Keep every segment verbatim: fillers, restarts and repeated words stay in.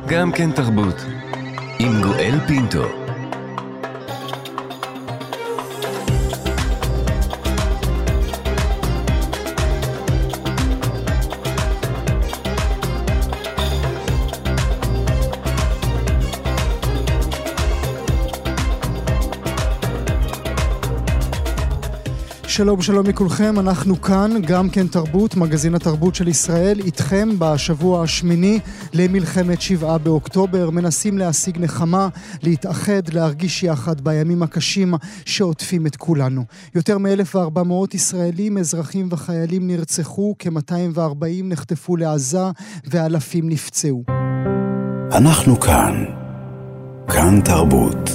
גם כן תרבות, עם גואל פינטו. שלום שלום לכולכם, אנחנו כאן, גם כן תרבות, מגזין התרבות של ישראל, איתכם בשבוע השמיני למלחמת שבעה באוקטובר, מנסים להשיג נחמה, להתאחד, להרגיש יחד בימים הקשים שעוטפים את כולנו. יותר מ-אלף וארבע מאות ישראלים, אזרחים וחיילים נרצחו, כ-מאתיים וארבעים נחטפו לעזה ואלפים נפצעו. אנחנו כאן, כאן תרבות.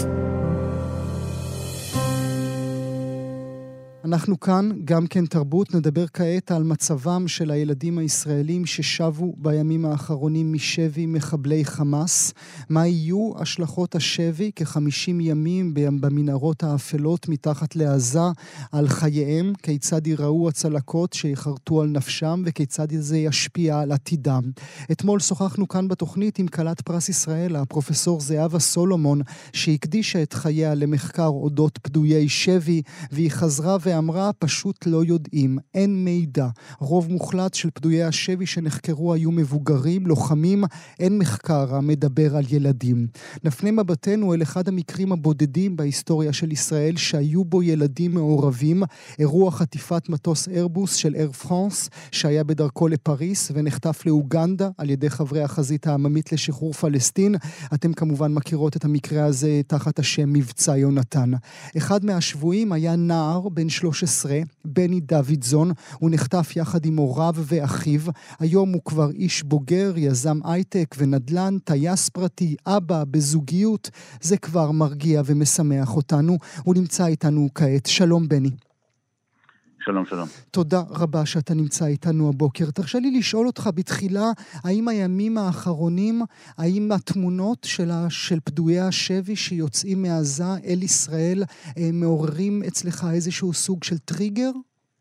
אנחנו כאן, גם כן תרבות, נדבר כעת על מצבם של הילדים הישראלים ששבו בימים האחרונים משבי מחבלי חמאס. מה יהיו השלכות השבי כ-חמישים ימים במנהרות האפלות מתחת לעזה על חייהם? כיצד ייראו הצלקות שיחרטו על נפשם וכיצד זה ישפיע על עתידם? אתמול שוחחנו כאן בתוכנית עם כלת פרס ישראל, הפרופסור זהבה סולומון, שהקדישה את חייה למחקר אודות פדויי שבי, והיא חזרה ואמרה, פשוט לא יודעים, אין מידע. רוב מוחלט של פדויי השבי שנחקרו היו מבוגרים, לוחמים, אין מחקר המדבר על ילדים. נפנה מבטנו אל אחד המקרים הבודדים בהיסטוריה של ישראל שהיו בו ילדים מעורבים, אירוע חטיפת מטוס איירבוס של אייר פרנס שהיה בדרכו לפריס ונחטף לאוגנדה על ידי חברי החזית העממית לשחרור פלסטין. אתם כמובן מכירות את המקרה הזה תחת השם מבצע יונתן. אחד מהשבויים היה נער בן שלוש עשרה, בני דוידזון, הוא נחטף יחד עם הוריו ואחיו. היום הוא כבר איש בוגר, יזם הייטק ונדל"ן, טייס פרטי, אבא בזוגיות. זה כבר מרגיע ומשמח אותנו. הוא נמצא איתנו כעת. שלום בני. שלום, שלום. תודה רבה שאתה נמצא איתנו הבוקר. תרשה לי לשאול אותך בתחילה, האם הימים האחרונים, האם התמונות של, ה, של פדויי השבי שיוצאים מעזה אל ישראל, אה, מעוררים אצלך איזשהו סוג של טריגר?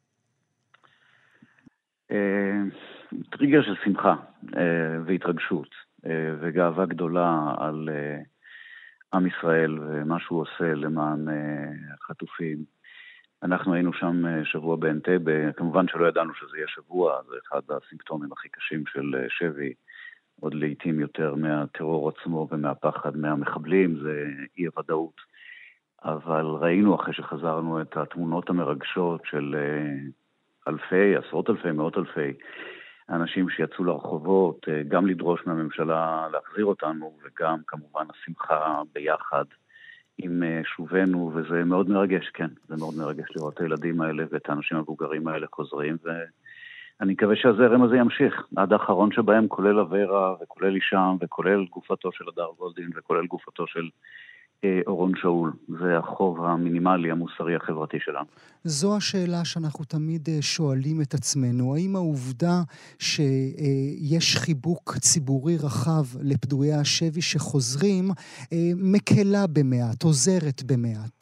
אה, טריגר של שמחה אה, והתרגשות אה, וגאווה גדולה על אה, עם ישראל ומה שהוא עושה למען אה, החטופים. אנחנו היינו שם שבוע באנטבה, כמובן שלא ידענו שזה יהיה שבוע, זה אחד הסימפטומים הכי קשים של שבי, עוד לעתים יותר מהטרור עצמו ומהפחד מהמחבלים, זה אי הוודאות. אבל ראינו אחרי שחזרנו את התמונות המרגשות של אלפי, עשרות אלפי, מאות אלפי אנשים שיצאו לרחובות, גם לדרוש מהממשלה להחזיר אותנו, וגם כמובן השמחה ביחד עם שובנו, וזה מאוד מרגש, כן. זה מאוד מרגש לראות את הילדים האלה ואת האנשים המבוגרים האלה חוזרים, ואני מקווה שהזרם הזה ימשיך. עד האחרון שבהם, כולל אברה וכולל אישם, וכולל גופתו של הדר גולדין, וכולל גופתו של אה, אורון שאול. זה החוב המינימלי, המוסרי, החברתי שלנו. זו השאלה שאנחנו תמיד שואלים את עצמנו. האם העובדה שיש חיבוק ציבורי רחב לפדויי השבי שחוזרים, מקלה במעט, עוזרת במעט?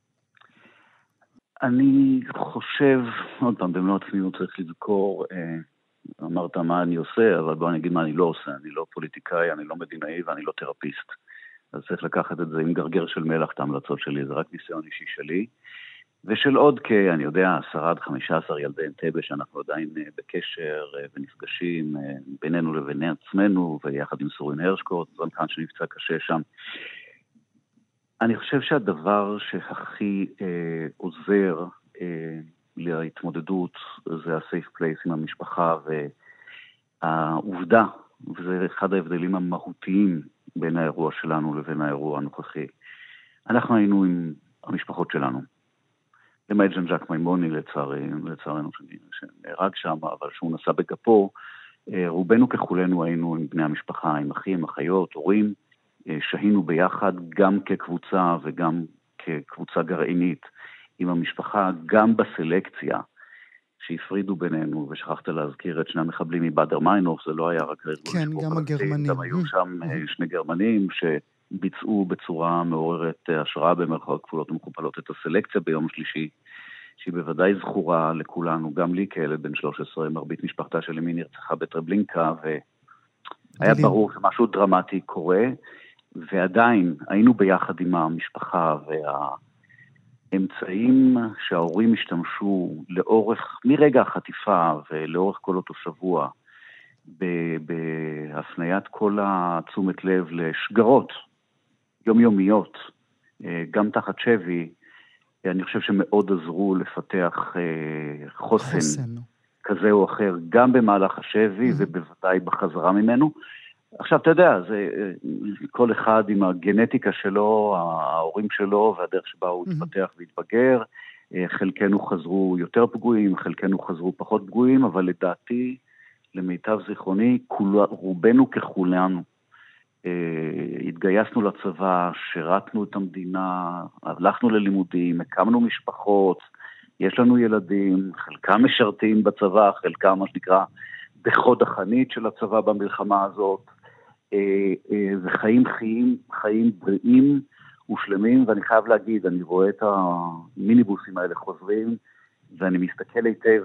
אני חושב, עוד פעם, במלוא התמימות צריך לזכור, אמרת מה אני עושה, אבל בוא אני אגיד מה אני לא עושה. אני לא פוליטיקאי, אני לא מדינאי ואני לא תרפיסט. אז צריך לקחת את זה עם גרגר של מלח, את ההמלצות שלי, זה רק ניסיון אישי שלי. ושל עוד כ, אני יודע, עשרה עד חמישה עשר ילדי אנטבה שאנחנו עדיין בקשר ונפגשים בינינו לבין עצמנו, ויחד עם סורין הרשקוט, זרנקן שנפצע קשה שם. אני חושב שהדבר שהכי אה, עוזר אה, להתמודדות זה ה-safe place עם המשפחה, והעובדה, וזה אחד ההבדלים המהותיים בין האירוע שלנו לבין האירוע הנוכחי. אנחנו היינו עם המשפחות שלנו. למעט ז'אן ז'אק מימוני לצערנו שנהרג שם, אבל שהוא נסע בגפו, רובנו ככולנו היינו עם בני המשפחה, עם אחים, אחיות, הורים, שהיינו ביחד גם כקבוצה וגם כקבוצה גרעינית עם המשפחה, גם בסלקציה שהפרידו בינינו, ושכחת להזכיר את שני המחבלים מבאדר מיינוף, זה לא היה רק ארגון כן, גם הגרמנים. גם היו שם שני גרמנים שביצעו בצורה מעוררת השראה במרכאות כפולות ומכופלות את הסלקציה ביום שלישי, שהיא בוודאי זכורה לכולנו, גם לי כילד בן שלוש עשרה, מרבית משפחתה של אמי נרצחה בטרבלינקה, היה ברור שמשהו דרמטי קורה, ועדיין היינו ביחד עם המשפחה, והאמצעים שההורים השתמשו לאורך, מרגע החטיפה ולאורך כל אותו שבוע, בהפניית כל התשומת לב לשגרות יומיומיות, גם תחת שבי, אני חושב שמאוד עזרו לפתח חוסן, חוסן. כזה או אחר, גם במהלך השבי mm-hmm. ובוודאי בחזרה ממנו. עכשיו, אתה יודע, זה כל אחד עם הגנטיקה שלו, ההורים שלו והדרך שבה הוא mm-hmm. התפתח והתבגר, חלקנו חזרו יותר פגועים, חלקנו חזרו פחות פגועים, אבל לדעתי, למיטב זיכרוני, כול, רובנו ככולנו, התגייסנו לצבא, שירתנו את המדינה, הלכנו ללימודים, הקמנו משפחות, יש לנו ילדים, חלקם משרתים בצבא, חלקם מה שנקרא בחוד החנית של הצבא במלחמה הזאת, זה חיים חיים, חיים בריאים ושלמים, ואני חייב להגיד, אני רואה את המיניבוסים האלה חוזרים, ואני מסתכל היטב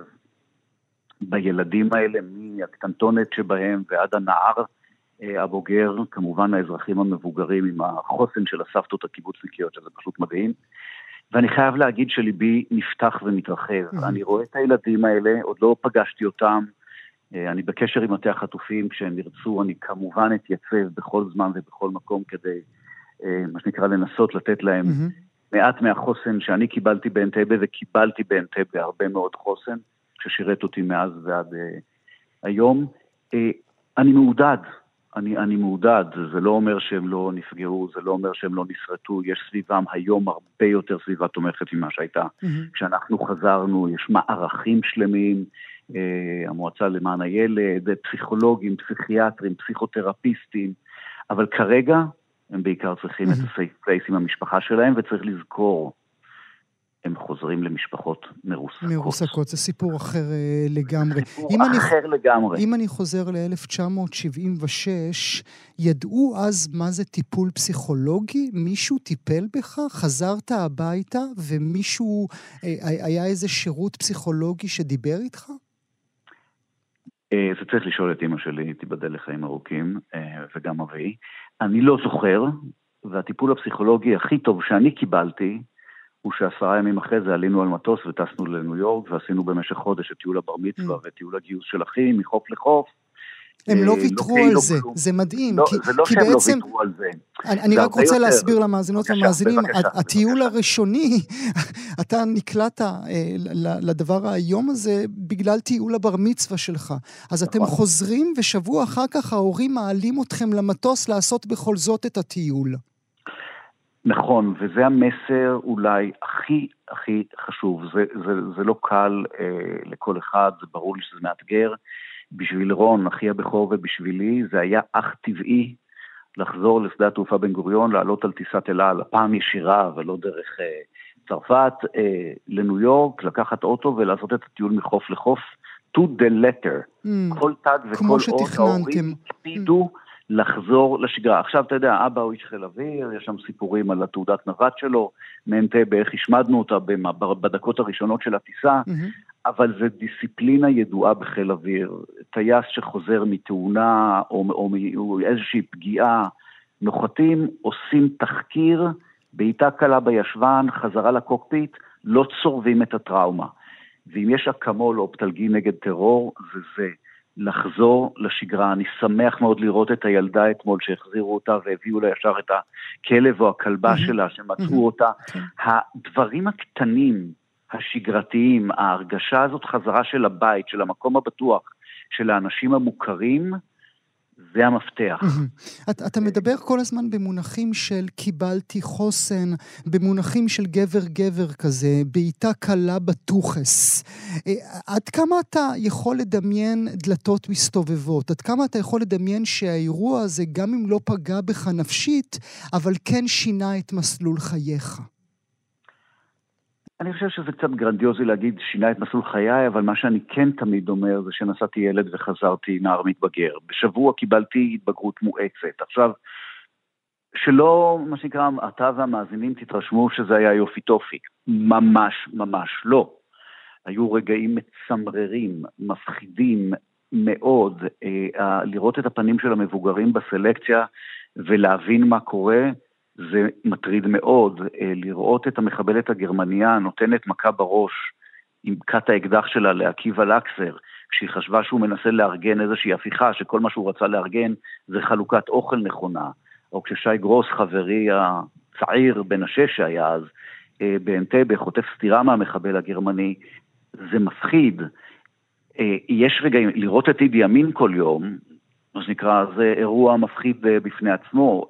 בילדים האלה, מהקטנטונת שבהם ועד הנער הבוגר, כמובן האזרחים המבוגרים עם החוסן של הסבתות הקיבוצניקיות, שזה פשוט מדהים, ואני חייב להגיד שליבי נפתח ומתרחב. Mm-hmm. אני רואה את הילדים האלה, עוד לא פגשתי אותם, אני בקשר עם מטה החטופים, כשהם ירצו, אני כמובן אתייצב בכל זמן ובכל מקום כדי, מה שנקרא, לנסות לתת להם mm-hmm. מעט מהחוסן שאני קיבלתי באנטבה, וקיבלתי באנטבה הרבה מאוד חוסן, ששירת אותי מאז ועד uh, היום. Uh, אני מעודד, אני, אני מעודד, זה לא אומר שהם לא נפגעו, זה לא אומר שהם לא נשרטו, יש סביבם היום הרבה יותר סביבה תומכת ממה שהייתה. Mm-hmm. כשאנחנו חזרנו, יש מערכים שלמים, uh, המועצה למען הילד, פסיכולוגים, פסיכיאטרים, פסיכותרפיסטים, אבל כרגע הם בעיקר צריכים mm-hmm. את הסייף פלייס עם המשפחה שלהם, וצריך לזכור, הם חוזרים למשפחות מרוסקות. מרוסקות, זה סיפור אחר uh, לגמרי. סיפור אחר אני, לגמרי. אם אני חוזר ל-אלף תשע מאות שבעים ושש, ידעו אז מה זה טיפול פסיכולוגי? מישהו טיפל בך? חזרת הביתה ומישהו, uh, היה איזה שירות פסיכולוגי שדיבר איתך? Uh, זה צריך לשאול את אמא שלי, תיבדל לחיים ארוכים, uh, וגם אבי. אני לא זוכר, והטיפול הפסיכולוגי הכי טוב שאני קיבלתי, הוא שעשרה ימים אחרי זה עלינו על מטוס וטסנו לניו יורק, ועשינו במשך חודש את טיול הבר מצווה mm. וטיול הגיוס של אחים, מחוף לחוף. הם לא ויתרו על זה, זה מדהים. לא, זה לא שהם לא ויתרו על זה. אני רק רוצה להסביר למאזינות והמאזינים, הטיול הראשוני, אתה נקלעת לדבר היום הזה בגלל טיול הבר מצווה שלך. אז אתם חוזרים ושבוע אחר כך ההורים מעלים אתכם למטוס לעשות בכל זאת את הטיול. נכון, וזה המסר אולי הכי הכי חשוב. זה, זה, זה לא קל אה, לכל אחד, זה ברור לי שזה מאתגר. בשביל רון, אחי הבכור ובשבילי, זה היה אך טבעי לחזור לשדה התעופה בן גוריון, לעלות על טיסת אל על, הפעם ישירה ולא דרך אה, צרפת, אה, לניו יורק, לקחת אוטו ולעשות את הטיול מחוף לחוף, to the letter. Mm, כל תג וכל אות, ההורים הקפידו mm. לחזור לשגרה. עכשיו אתה יודע, אבא הוא איש חיל אוויר, יש שם סיפורים על התעודת נווט שלו, מאנטבה, איך השמדנו אותה בדקות הראשונות של הטיסה, mm-hmm. אבל זה דיסציפלינה ידועה בחיל אוויר. טייס שחוזר מתאונה או, או, או איזושהי פגיעה, נוחתים, עושים תחקיר, בעיטה קלה בישבן, חזרה לקוקפיט, לא צורבים את הטראומה. ואם יש אקמול או פטלגי נגד טרור, זה זה. לחזור לשגרה. אני שמח מאוד לראות את הילדה אתמול שהחזירו אותה והביאו לה ישר את הכלב או הכלבה שלה שמצאו אותה. הדברים הקטנים, השגרתיים, ההרגשה הזאת חזרה של הבית, של המקום הבטוח, של האנשים המוכרים, זה המפתח. אתה, אתה מדבר כל הזמן במונחים של קיבלתי חוסן, במונחים של גבר-גבר כזה, בעיטה קלה בטוחס. עד כמה אתה יכול לדמיין דלתות מסתובבות? עד כמה אתה יכול לדמיין שהאירוע הזה, גם אם לא פגע בך נפשית, אבל כן שינה את מסלול חייך? אני חושב שזה קצת גרנדיוזי להגיד שינה את מסלול חיי, אבל מה שאני כן תמיד אומר זה שנסעתי ילד וחזרתי נער מתבגר. בשבוע קיבלתי התבגרות מואצת. עכשיו, שלא, מה שנקרא, אתה והמאזינים תתרשמו שזה היה יופי טופי. ממש, ממש לא. היו רגעים מצמררים, מפחידים, מאוד, לראות את הפנים של המבוגרים בסלקציה ולהבין מה קורה, זה מטריד מאוד. לראות את המחבלת הגרמניה נותנת מכה בראש עם קט האקדח שלה לעקיבא לקסר, כשהיא חשבה שהוא מנסה לארגן איזושהי הפיכה, שכל מה שהוא רצה לארגן זה חלוקת אוכל נכונה, או כששי גרוס, חברי הצעיר בן השש שהיה אז, באנטבה, חוטף סתירה מהמחבל הגרמני, זה מפחיד. יש רגעים, לראות את אידי אמין כל יום, מה שנקרא, זה אירוע מפחיד בפני עצמו,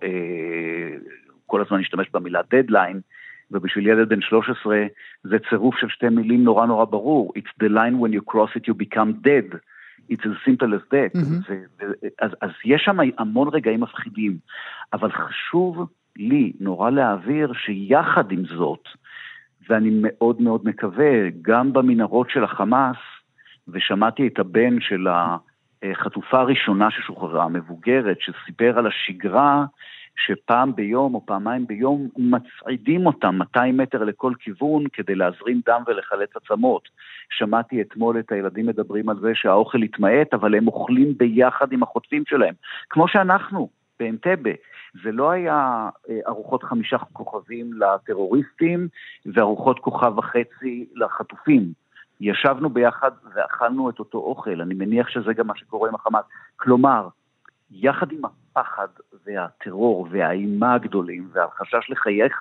כל הזמן השתמש במילה דדליין, ובשביל ילד בן שלוש עשרה, זה צירוף של שתי מילים נורא נורא ברור, it's the line when you cross it you become dead, it's as simple as that, mm-hmm. ו- ו- אז, אז יש שם המון רגעים מפחידים, אבל חשוב לי נורא להעביר שיחד עם זאת, ואני מאוד מאוד מקווה, גם במנהרות של החמאס, ושמעתי את הבן של החטופה הראשונה ששוחררה, המבוגרת, שסיפר על השגרה, שפעם ביום או פעמיים ביום מצעידים אותם מאתיים מטר לכל כיוון, כדי להזרים דם ולחלץ עצמות. שמעתי אתמול את הילדים מדברים על זה שהאוכל התמעט, אבל הם אוכלים ביחד עם החוטפים שלהם. כמו שאנחנו, באנטבה, זה לא היה ארוחות חמישה כוכבים לטרוריסטים, וארוחות כוכב וחצי לחטופים. ישבנו ביחד ואכלנו את אותו אוכל. אני מניח שזה גם מה שקורה עם החמאס. כלומר, יחד עם הפחד והטרור והאימה הגדולים והחשש לחייך,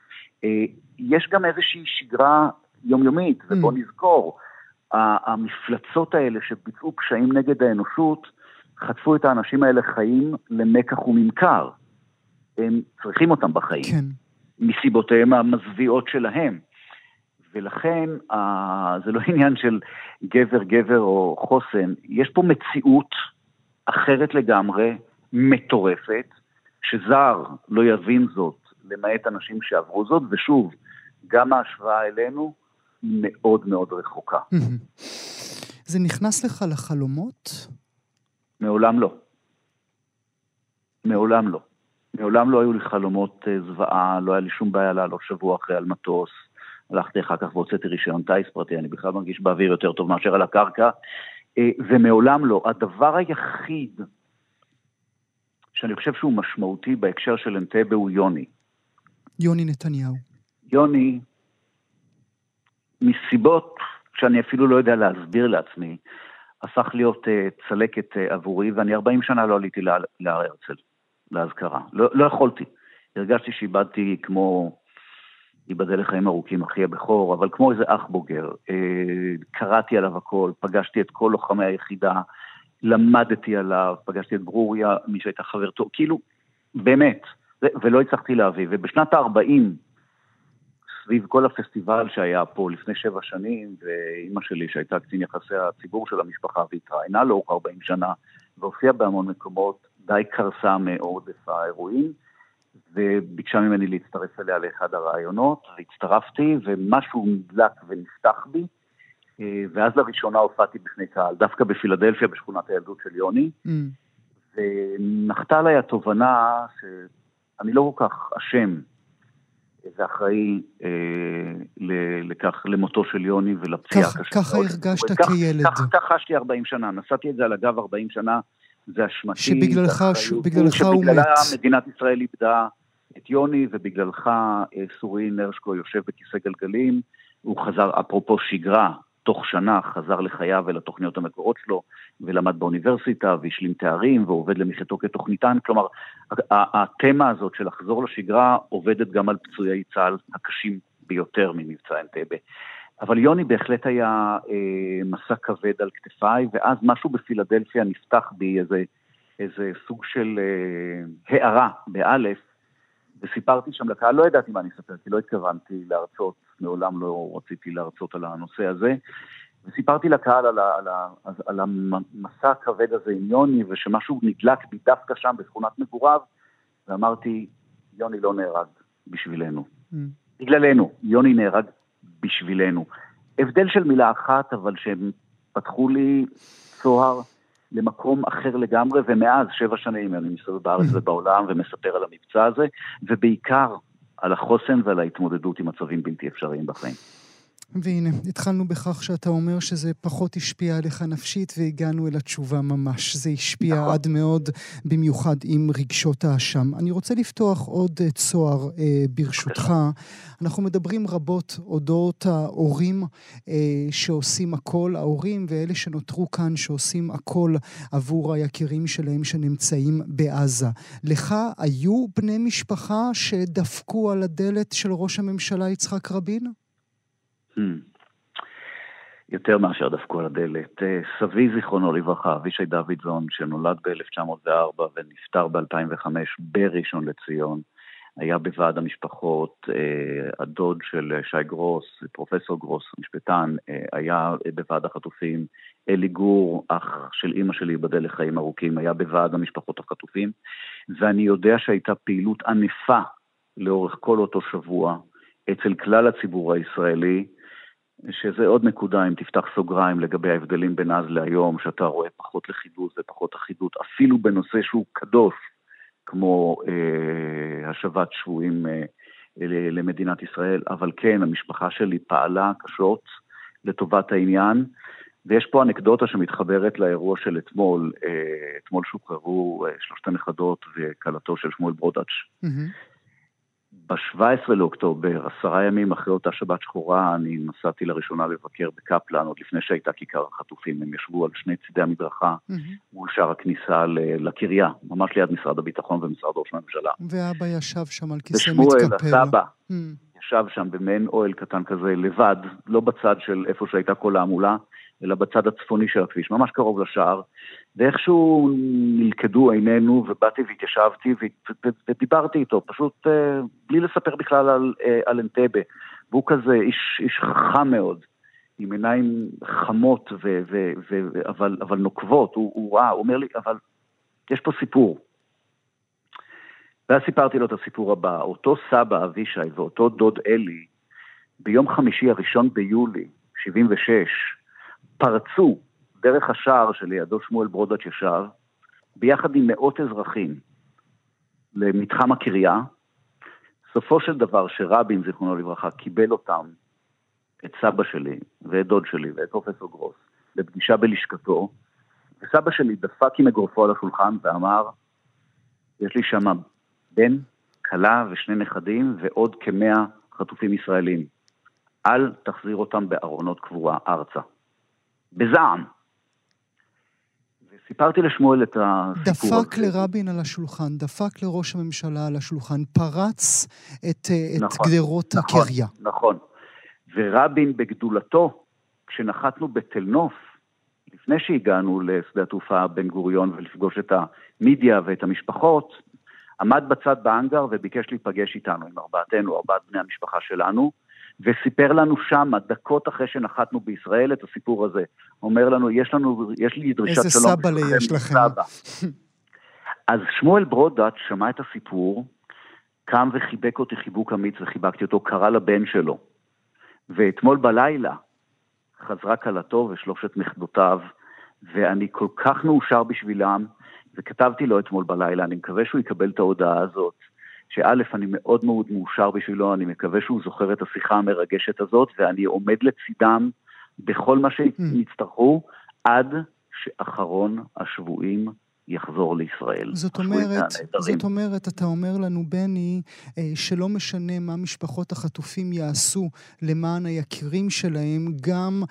יש גם איזושהי שגרה יומיומית, ובוא נזכור, המפלצות האלה שביצעו פשעים נגד האנושות, חטפו את האנשים האלה חיים למקח וממכר. הם צריכים אותם בחיים, כן. מסיבותיהם המזוויעות שלהם. ולכן, זה לא עניין של גבר, גבר או חוסן, יש פה מציאות אחרת לגמרי, מטורפת, שזר לא יבין זאת, למעט אנשים שעברו זאת, ושוב, גם ההשוואה אלינו היא מאוד מאוד רחוקה. זה נכנס לך לחלומות? מעולם לא. מעולם לא. מעולם לא היו לי חלומות זוועה, לא היה לי שום בעיה לעלות שבוע אחרי על מטוס, הלכתי אחר כך והוצאתי רישיון טייס פרטי, אני בכלל מרגיש באוויר יותר טוב מאשר על הקרקע, ומעולם לא. הדבר היחיד שאני חושב שהוא משמעותי בהקשר של אנטבה הוא יוני. יוני נתניהו. יוני, מסיבות שאני אפילו לא יודע להסביר לעצמי, הפך להיות uh, צלקת uh, עבורי, ואני ארבעים שנה לא עליתי להר הרצל, להזכרה. לא, לא יכולתי. הרגשתי שאיבדתי כמו, איבדל לחיים ארוכים, אחי הבכור, אבל כמו איזה אח בוגר. Uh, קראתי עליו הכל, פגשתי את כל לוחמי היחידה, למדתי עליו, פגשתי את ברוריה, מי שהייתה חברתו, כאילו, באמת, ולא הצלחתי להביא. ובשנת ה-ארבעים, סביב כל הפסטיבל שהיה פה לפני שבע שנים, ואימא שלי שהייתה קצין יחסי הציבור של המשפחה, והתראיינה לאורך ארבעים שנה, והופיעה בהמון מקומות, די קרסה מעודף האירועים, וביקשה ממני להצטרף אליה לאחד הרעיונות, והצטרפתי, ומשהו נדלק ונפתח בי, ואז לראשונה הופעתי בפני קהל, דווקא בפילדלפיה, בשכונת הילדות של יוני, mm. ונחתה עליי התובנה שאני לא כל כך אשם, זה אחראי אה, לכך, למותו של יוני ולפציעה הקשה. ככה הרגשת כך, כילד. כך, כך חשתי ארבעים שנה, נסעתי את זה על הגב ארבעים שנה, זה אשמתי, שבגללך, שבגללך הוא מת. שבגללה מדינת ישראל איבדה את יוני, ובגללך סורי נרשקו יושב בכיסא גלגלים, הוא חזר, אפרופו שגרה, תוך שנה חזר לחייו ולתוכניות המקורות שלו, ולמד באוניברסיטה, והשלים תארים, ועובד למחייתו כתוכניתן. כלומר, התמה הזאת של לחזור לשגרה, עובדת גם על פצועי צה"ל הקשים ביותר ממבצע אנטבה. אבל יוני בהחלט היה אה, מסע כבד על כתפיי, ואז משהו בפילדלפיה נפתח בי איזה, איזה סוג של אה, הערה באלף, וסיפרתי שם לקהל, לא ידעתי מה אני אספר, כי לא התכוונתי להרצות, מעולם לא רציתי להרצות על הנושא הזה, וסיפרתי לקהל על, ה, על, ה, על המסע הכבד הזה עם יוני, ושמשהו נדלק בי דווקא שם בשכונת מגוריו, ואמרתי, יוני לא נהרג בשבילנו. Mm. בגללנו, יוני נהרג בשבילנו. הבדל של מילה אחת, אבל שהם פתחו לי צוהר למקום אחר לגמרי, ומאז שבע שנים אני מסתובב בארץ ובעולם ומספר על המבצע הזה, ובעיקר על החוסן ועל ההתמודדות עם מצבים בלתי אפשריים בחיים. והנה, התחלנו בכך שאתה אומר שזה פחות השפיע עליך נפשית, והגענו אל התשובה ממש. זה השפיע נכון. עד מאוד, במיוחד עם רגשות האשם. אני רוצה לפתוח עוד צוהר אה, ברשותך. אנחנו מדברים רבות אודות ההורים אה, שעושים הכל, ההורים ואלה שנותרו כאן שעושים הכל עבור היקירים שלהם שנמצאים בעזה. לך היו בני משפחה שדפקו על הדלת של ראש הממשלה יצחק רבין? יותר מאשר דפקו על הדלת. סבי זיכרונו לברכה, אבישי דוידזון, שנולד ב-אלף תשע מאות וארבע ונפטר ב-אלפיים וחמש בראשון לציון, היה בוועד המשפחות. הדוד של שי גרוס, פרופסור גרוס, משפטן, היה בוועד החטופים. אלי גור, אח של אמא שלי בדל לחיים ארוכים, היה בוועד המשפחות החטופים, ואני יודע שהייתה פעילות ענפה לאורך כל אותו שבוע אצל כלל הציבור הישראלי, שזה עוד נקודה, אם תפתח סוגריים לגבי ההבדלים בין אז להיום, שאתה רואה פחות לכידות ופחות אחידות, אפילו בנושא שהוא קדוש, כמו אה, השבת שבויים אה, למדינת ישראל, אבל כן, המשפחה שלי פעלה קשות לטובת העניין, ויש פה אנקדוטה שמתחברת לאירוע של אתמול, אה, אתמול שוחררו אה, שלושת הנכדות וקלתו של שמואל ברודאץ'. Mm-hmm. ב-שבעה עשר לאוקטובר, עשרה ימים אחרי אותה שבת שחורה, אני נסעתי לראשונה לבקר בקפלן, עוד לפני שהייתה כיכר החטופים. הם ישבו על שני צידי המדרכה, mm-hmm. מול שער הכניסה לקריה, ממש ליד משרד הביטחון ומשרד ראש הממשלה. ואבא ישב שם על כיסא מתקפל. ושמואל, הסבא, mm-hmm. ישב שם במעין אוהל קטן כזה, לבד, לא בצד של איפה שהייתה כל העמולה, אלא בצד הצפוני של הכביש, ממש קרוב לשער, ואיכשהו נלכדו עינינו, ובאתי והתיישבתי, ודיברתי איתו, פשוט בלי לספר בכלל על, על אנטבה, והוא כזה איש, איש חכם מאוד, עם עיניים חמות, ו, ו, ו, אבל, אבל נוקבות, הוא, הוא, הוא אומר לי, אבל יש פה סיפור. ואז סיפרתי לו את הסיפור הבא, אותו סבא אבישי ואותו דוד אלי, ביום חמישי הראשון ביולי, שבעים ושש, פרצו דרך השער שלידו שמואל ברודאץ' ישב, ביחד עם מאות אזרחים, למתחם הקריה. סופו של דבר שרבין, זיכרונו לברכה, קיבל אותם, את סבא שלי ואת דוד שלי ואת פרופסור גרוס, לפגישה בלשכתו, וסבא שלי דפק עם אגרופו על השולחן ואמר, יש לי שם בן, כלה ושני נכדים ועוד כמאה חטופים ישראלים. אל תחזיר אותם בארונות קבורה ארצה. בזעם. וסיפרתי לשמואל את הסיפור. דפק לרבין על השולחן, דפק לראש הממשלה על השולחן, פרץ את, נכון, את גדרות נכון, הקריה. נכון. ורבין בגדולתו, כשנחתנו בתל נוף, לפני שהגענו לשדה התעופה בן גוריון ולפגוש את המידיה ואת המשפחות, עמד בצד באנגר וביקש להיפגש איתנו, עם ארבעתנו, ארבעת בני המשפחה שלנו, וסיפר לנו שם, דקות אחרי שנחתנו בישראל, את הסיפור הזה. אומר לנו, יש לנו, יש לי דרישת שלום. איזה סבא לי יש לכם. אז שמואל ברודאץ' שמע את הסיפור, קם וחיבק אותי חיבוק אמיץ, וחיבקתי אותו, קרא לבן שלו. ואתמול בלילה, חזרה כלתו ושלושת נכדותיו, ואני כל כך מאושר בשבילם, וכתבתי לו אתמול בלילה, אני מקווה שהוא יקבל את ההודעה הזאת, שא' אני מאוד מאוד מאושר בשבילו, אני מקווה שהוא זוכר את השיחה המרגשת הזאת, ואני עומד לצידם בכל מה שיצטרכו, עד שאחרון השבויים יחזור לישראל. זאת אומרת, זאת אומרת, אתה אומר לנו, בני, שלא משנה מה משפחות החטופים יעשו למען היקירים שלהם, גם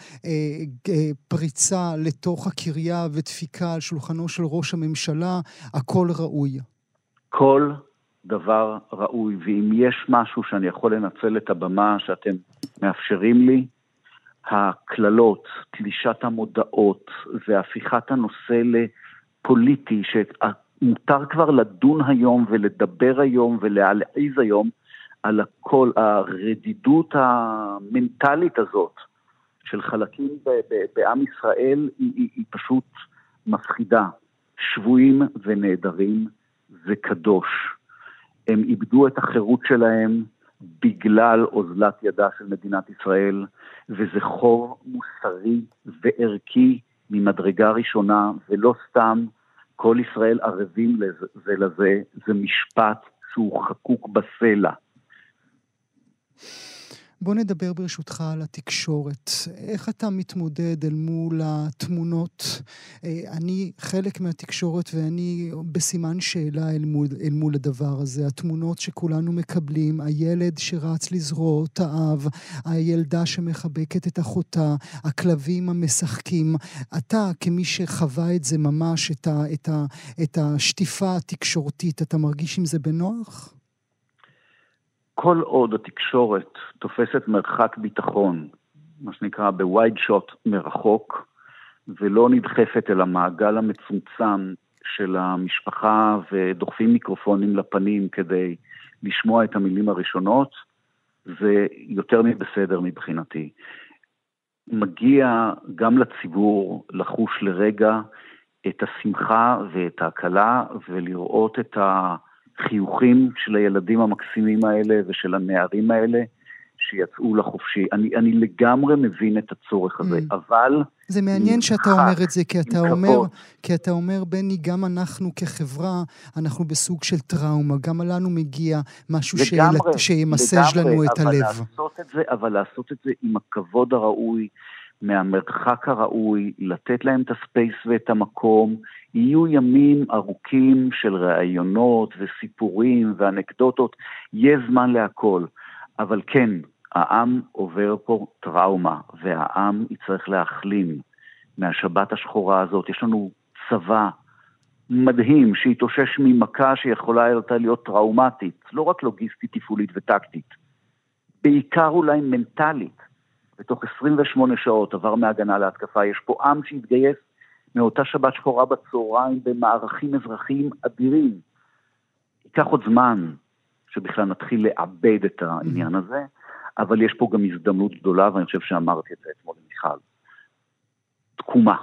פריצה לתוך הקריה ודפיקה על שולחנו של ראש הממשלה, הכל ראוי. כל דבר ראוי, ואם יש משהו שאני יכול לנצל את הבמה שאתם מאפשרים לי, הכללות, תלישת המודעות והפיכת הנושא לפוליטי, שמותר כבר לדון היום ולדבר היום ולהלעיז היום על הכל, הרדידות המנטלית הזאת של חלקים בעם ישראל היא, היא, היא פשוט מפחידה. שבויים ונהדרים זה קדוש. הם איבדו את החירות שלהם בגלל אוזלת ידה של מדינת ישראל, וזה חוב מוסרי וערכי ממדרגה ראשונה, ולא סתם כל ישראל ערבים לזה לזה, זה משפט שהוא חקוק בסלע. בוא נדבר ברשותך על התקשורת. איך אתה מתמודד אל מול התמונות? אני חלק מהתקשורת ואני בסימן שאלה אל מול, אל מול הדבר הזה. התמונות שכולנו מקבלים, הילד שרץ לזרוע את האב, הילדה שמחבקת את אחותה, הכלבים המשחקים. אתה כמי שחווה את זה ממש, את, ה, את, ה, את השטיפה התקשורתית, אתה מרגיש עם זה בנוח? כל עוד התקשורת תופסת מרחק ביטחון, מה שנקרא בווייד שוט מרחוק, ולא נדחפת אל המעגל המצומצם של המשפחה ודוחפים מיקרופונים לפנים כדי לשמוע את המילים הראשונות, זה יותר מבסדר מבחינתי. מגיע גם לציבור לחוש לרגע את השמחה ואת ההקלה ולראות את ה... חיוכים של הילדים המקסימים האלה ושל הנערים האלה שיצאו לחופשי. אני, אני לגמרי מבין את הצורך הזה, mm. אבל... זה מעניין שאתה אומר את זה, כי אתה אומר, כי אתה אומר, בני, גם אנחנו כחברה, אנחנו בסוג של טראומה, גם לנו מגיע משהו לגמרי, שימסג' לנו את הלב. לעשות את זה, אבל לעשות את זה עם הכבוד הראוי, מהמרחק הראוי, לתת להם את הספייס ואת המקום. יהיו ימים ארוכים של רעיונות וסיפורים ואנקדוטות, יהיה זמן להכל, אבל כן, העם עובר פה טראומה, והעם יצטרך להחלים מהשבת השחורה הזאת. יש לנו צבא מדהים שהתאושש ממכה שיכולה הייתה להיות טראומטית, לא רק לוגיסטית, תפעולית וטקטית, בעיקר אולי מנטלית. בתוך עשרים ושמונה שעות עבר מהגנה להתקפה. יש פה עם שהתגייס מאותה שבת שחורה בצהריים במערכים אזרחיים אדירים. ייקח עוד זמן שבכלל נתחיל לאבד את העניין הזה, אבל יש פה גם הזדמנות גדולה, ואני חושב שאמרתי את זה אתמול למיכל. תקומה.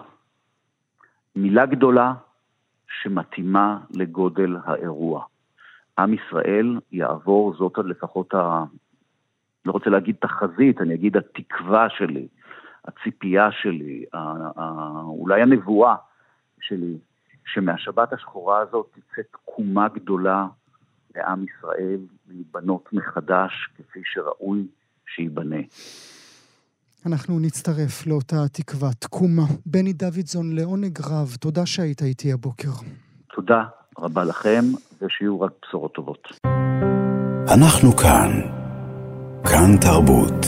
מילה גדולה שמתאימה לגודל האירוע. עם ישראל יעבור, זאת לפחות ה... לא רוצה להגיד תחזית, אני אגיד התקווה שלי, הציפייה שלי, אולי הנבואה שלי, שמהשבת השחורה הזאת תצא תקומה גדולה לעם ישראל, להיבנות מחדש כפי שראוי שיבנה. אנחנו נצטרף לאותה תקווה, תקומה. בני דוידזון, לעונג רב, תודה שהיית איתי הבוקר. תודה רבה לכם, ושיהיו רק בשורות טובות. אנחנו כאן. כאן תרבות.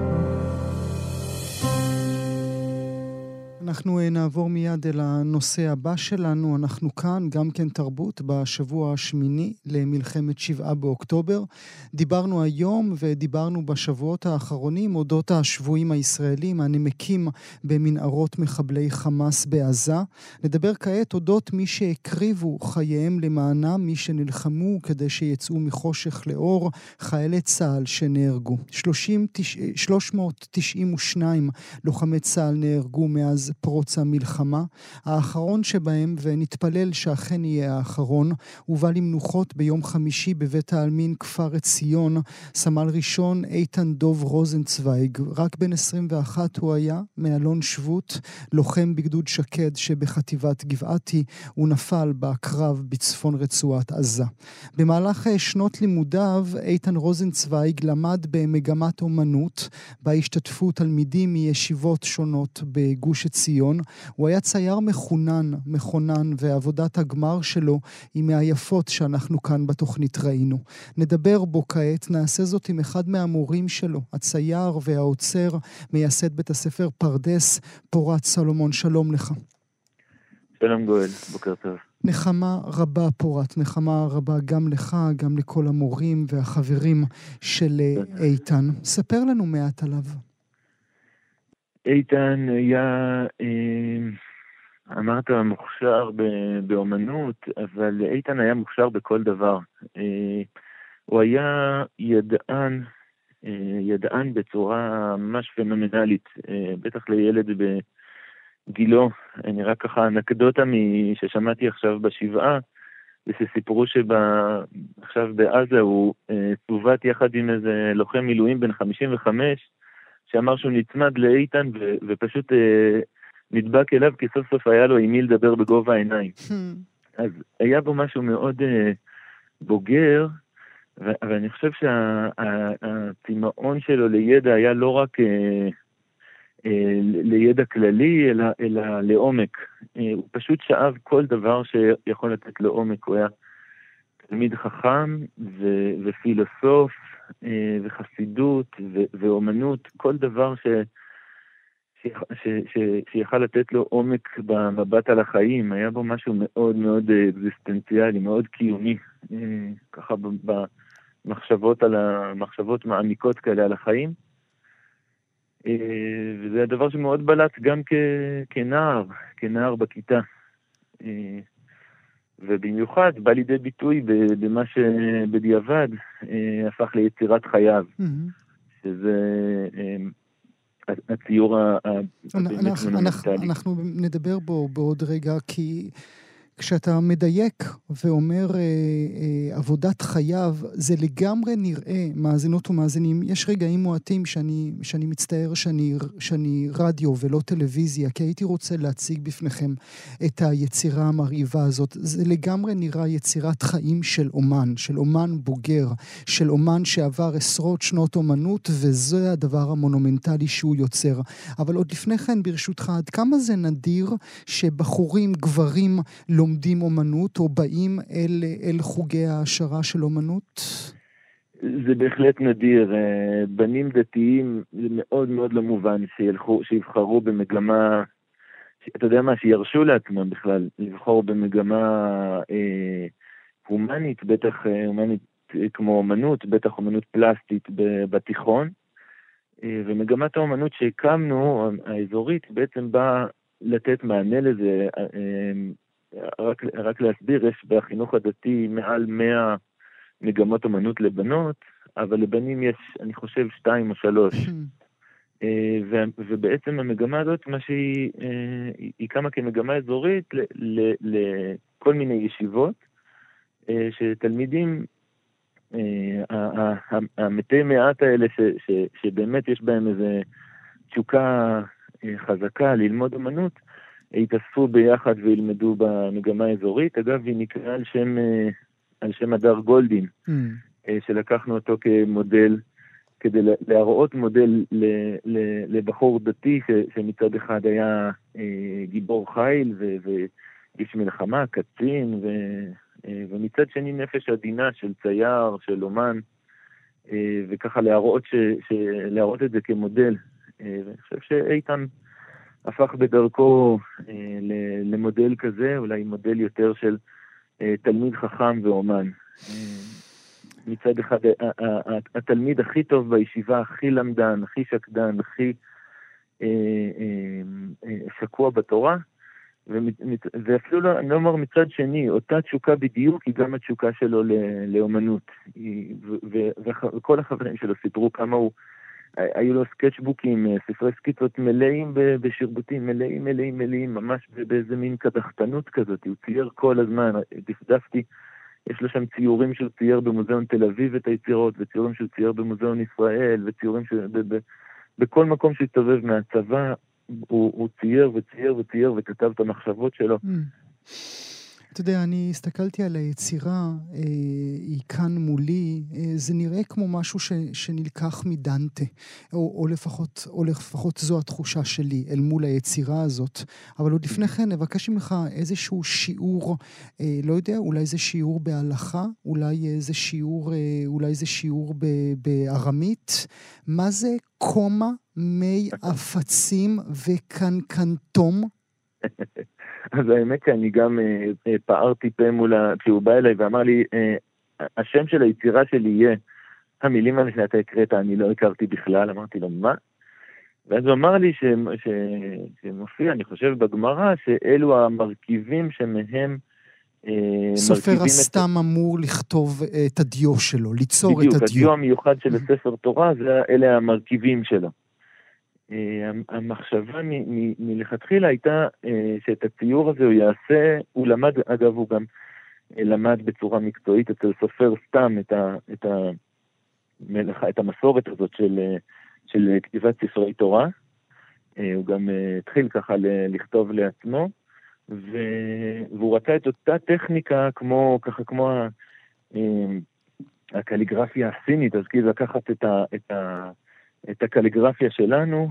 אנחנו נעבור מיד אל הנושא הבא שלנו. אנחנו כאן, גם כן תרבות, בשבוע השמיני למלחמת שבעה באוקטובר. דיברנו היום ודיברנו בשבועות האחרונים אודות השבויים הישראלים הנמקים במנהרות מחבלי חמאס בעזה. נדבר כעת אודות מי שהקריבו חייהם למענם, מי שנלחמו כדי שיצאו מחושך לאור, חיילי צה"ל שנהרגו. שלוש מאות תשעים ושניים לוחמי צה"ל נהרגו מאז פרוץ המלחמה. האחרון שבהם, ונתפלל שאכן יהיה האחרון, הובא למנוחות ביום חמישי בבית העלמין כפר עציון, סמל ראשון איתן דוב רוזנצוויג. רק בן עשרים ואחת הוא היה, מאלון שבות, לוחם בגדוד שקד שבחטיבת גבעתי, הוא נפל בקרב בצפון רצועת עזה. במהלך שנות לימודיו, איתן רוזנצוויג למד במגמת אומנות, בה השתתפו תלמידים מישיבות שונות בגוש עציון. הוא היה צייר מחונן, מכונן, ועבודת הגמר שלו היא מהיפות שאנחנו כאן בתוכנית ראינו. נדבר בו כעת, נעשה זאת עם אחד מהמורים שלו, הצייר והעוצר, מייסד בית הספר פרדס, פורת סלומון. שלום לך. שלום גואל, בוקר טוב. נחמה רבה פורת, נחמה רבה גם לך, גם לכל המורים והחברים של איתן. ספר לנו מעט עליו. איתן היה, אמרת, מוכשר באומנות, אבל איתן היה מוכשר בכל דבר. הוא היה ידען, ידען בצורה ממש פנומנלית, בטח לילד בגילו. נראה ככה אנקדוטה ששמעתי עכשיו בשבעה, ושסיפרו שעכשיו בעזה הוא צוות יחד עם איזה לוחם מילואים בן חמישים וחמש, שאמר שהוא נצמד לאיתן ו- ופשוט אה, נדבק אליו, כי סוף סוף היה לו עם מי לדבר בגובה העיניים. אז היה בו משהו מאוד אה, בוגר, אבל אני חושב שהצמאון שלו לידע היה לא רק לידע כללי, אלא, אלא לעומק. הוא פשוט שאב כל דבר שיכול לתת לו עומק. הוא היה תלמיד חכם ו- ופילוסוף וחסידות ו- ואומנות, כל דבר ש... שיכל לתת לו עומק במבט על החיים. היה בו משהו מאוד מאוד אקזיסטנציאלי, מאוד קיומי, ככה במחשבות על המחשבות מעמיקות כאלה על החיים. וזה הדבר שמאוד בלט גם כנער, כנער בכיתה. ובמיוחד בא לידי ביטוי במה שבדיעבד הפך ליצירת חייו, שזה הציור המונומנטלי. אנחנו נדבר בו בעוד רגע, כי כשאתה מדייק ואומר אה, אה, עבודת חייו, זה לגמרי נראה, מאזינות ומאזינים, יש רגעים מועטים שאני, שאני מצטער שאני, שאני רדיו ולא טלוויזיה, כי הייתי רוצה להציג בפניכם את היצירה המרהיבה הזאת. זה לגמרי נראה יצירת חיים של אומן, של אומן בוגר, של אומן שעבר עשרות שנות אומנות, וזה הדבר המונומנטלי שהוא יוצר. אבל עוד לפני כן, ברשותך, עד כמה זה נדיר שבחורים, גברים, לא לומדים אומנות, או באים אל, אל חוגי ההשערה של אומנות? זה בהחלט נדיר. בנים דתיים, זה מאוד מאוד לא מובן שילכו, שיבחרו במגמה, אתה יודע מה, שירשו לעצמם בכלל, לבחור במגמה אה, הומנית, בטח אה, הומנית כמו אומנות, בטח אומנות פלסטית בתיכון, אה, ומגמת האומנות שהקמנו, האזורית, בעצם באה לתת מענה לזה. אה, רק, רק להסביר, יש בחינוך הדתי מעל מאה מגמות אומנות לבנות, אבל לבנים יש, אני חושב, שתיים או שלוש. ו, ובעצם המגמה הזאת, מה שהיא, היא קמה כמגמה אזורית לכל מיני ישיבות, שתלמידים, המתי מעט האלה, ש, ש, שבאמת יש בהם איזו תשוקה חזקה ללמוד אומנות, התאספו ביחד וילמדו במגמה האזורית. אגב, היא נקראה על שם, על שם הדר גולדין, mm. שלקחנו אותו כמודל, כדי להראות מודל לבחור דתי, שמצד אחד היה גיבור חיל ואיש מלחמה, קצין, ומצד שני נפש עדינה של צייר, של אומן, וככה להראות, ש, להראות את זה כמודל. ואני חושב שאיתן הפך בדרכו אה, למודל כזה, אולי מודל יותר של אה, תלמיד חכם ואומן. אה, מצד אחד, אה, אה, אה, התלמיד הכי טוב בישיבה, הכי למדן, הכי שקדן, הכי אה, אה, אה, שקוע בתורה, ומת, ואפילו לא, אני לא אומר מצד שני, אותה תשוקה בדיוק היא גם התשוקה שלו לאומנות. וכל החברים שלו סיפרו כמה הוא, היו לו סקצ'בוקים, ספרי סקיצות מלאים בשרבוטים, מלאים, מלאים, מלאים, ממש באיזה מין קדחתנות כזאת. הוא צייר כל הזמן, דפדפתי, יש לו שם ציורים של צייר במוזיאון תל אביב את היצירות, וציורים של צייר במוזיאון ישראל, וציורים של... ב, ב, בכל מקום שהסתובב מהצבא, הוא, הוא צייר וצייר וצייר וכתב את המחשבות שלו. Mm. אתה יודע, אני הסתכלתי על היצירה, אה, היא כאן מולי, אה, זה נראה כמו משהו ש, שנלקח מדנטה, או, או, לפחות, או לפחות זו התחושה שלי אל מול היצירה הזאת. אבל עוד לפני כן, נבקש ממך איזשהו שיעור, אה, לא יודע, אולי זה שיעור בהלכה, אולי זה שיעור, אה, אולי זה שיעור ב, בארמית. מה זה קומה, מי אפצים וקנקנטום? אז האמת שאני גם אה, פערתי פה מול, כשהוא בא אליי ואמר לי, אה, השם של היצירה שלי יהיה, המילים האלה שאתה הקראת, אני לא הכרתי בכלל, אמרתי לו, מה? ואז הוא אמר לי ש, ש, שמופיע, אני חושב בגמרא, שאלו המרכיבים שמהם אה, סופר הסתם את... אמור לכתוב את הדיו שלו, ליצור בדיוק, את הדיו. בדיוק, הדיו המיוחד של הספר תורה, זה, אלה המרכיבים שלו. המחשבה מלכתחילה הייתה שאת הציור הזה הוא יעשה, הוא למד, אגב הוא גם למד בצורה מקצועית אצל סופר סתם את, ה, את, ה, את המסורת הזאת של, של כתיבת ספרי תורה. הוא גם התחיל ככה לכתוב לעצמו, והוא רצה את אותה טכניקה כמו, ככה כמו הקליגרפיה הסינית, אז כאילו לקחת את, ה, את, ה, את הקליגרפיה שלנו,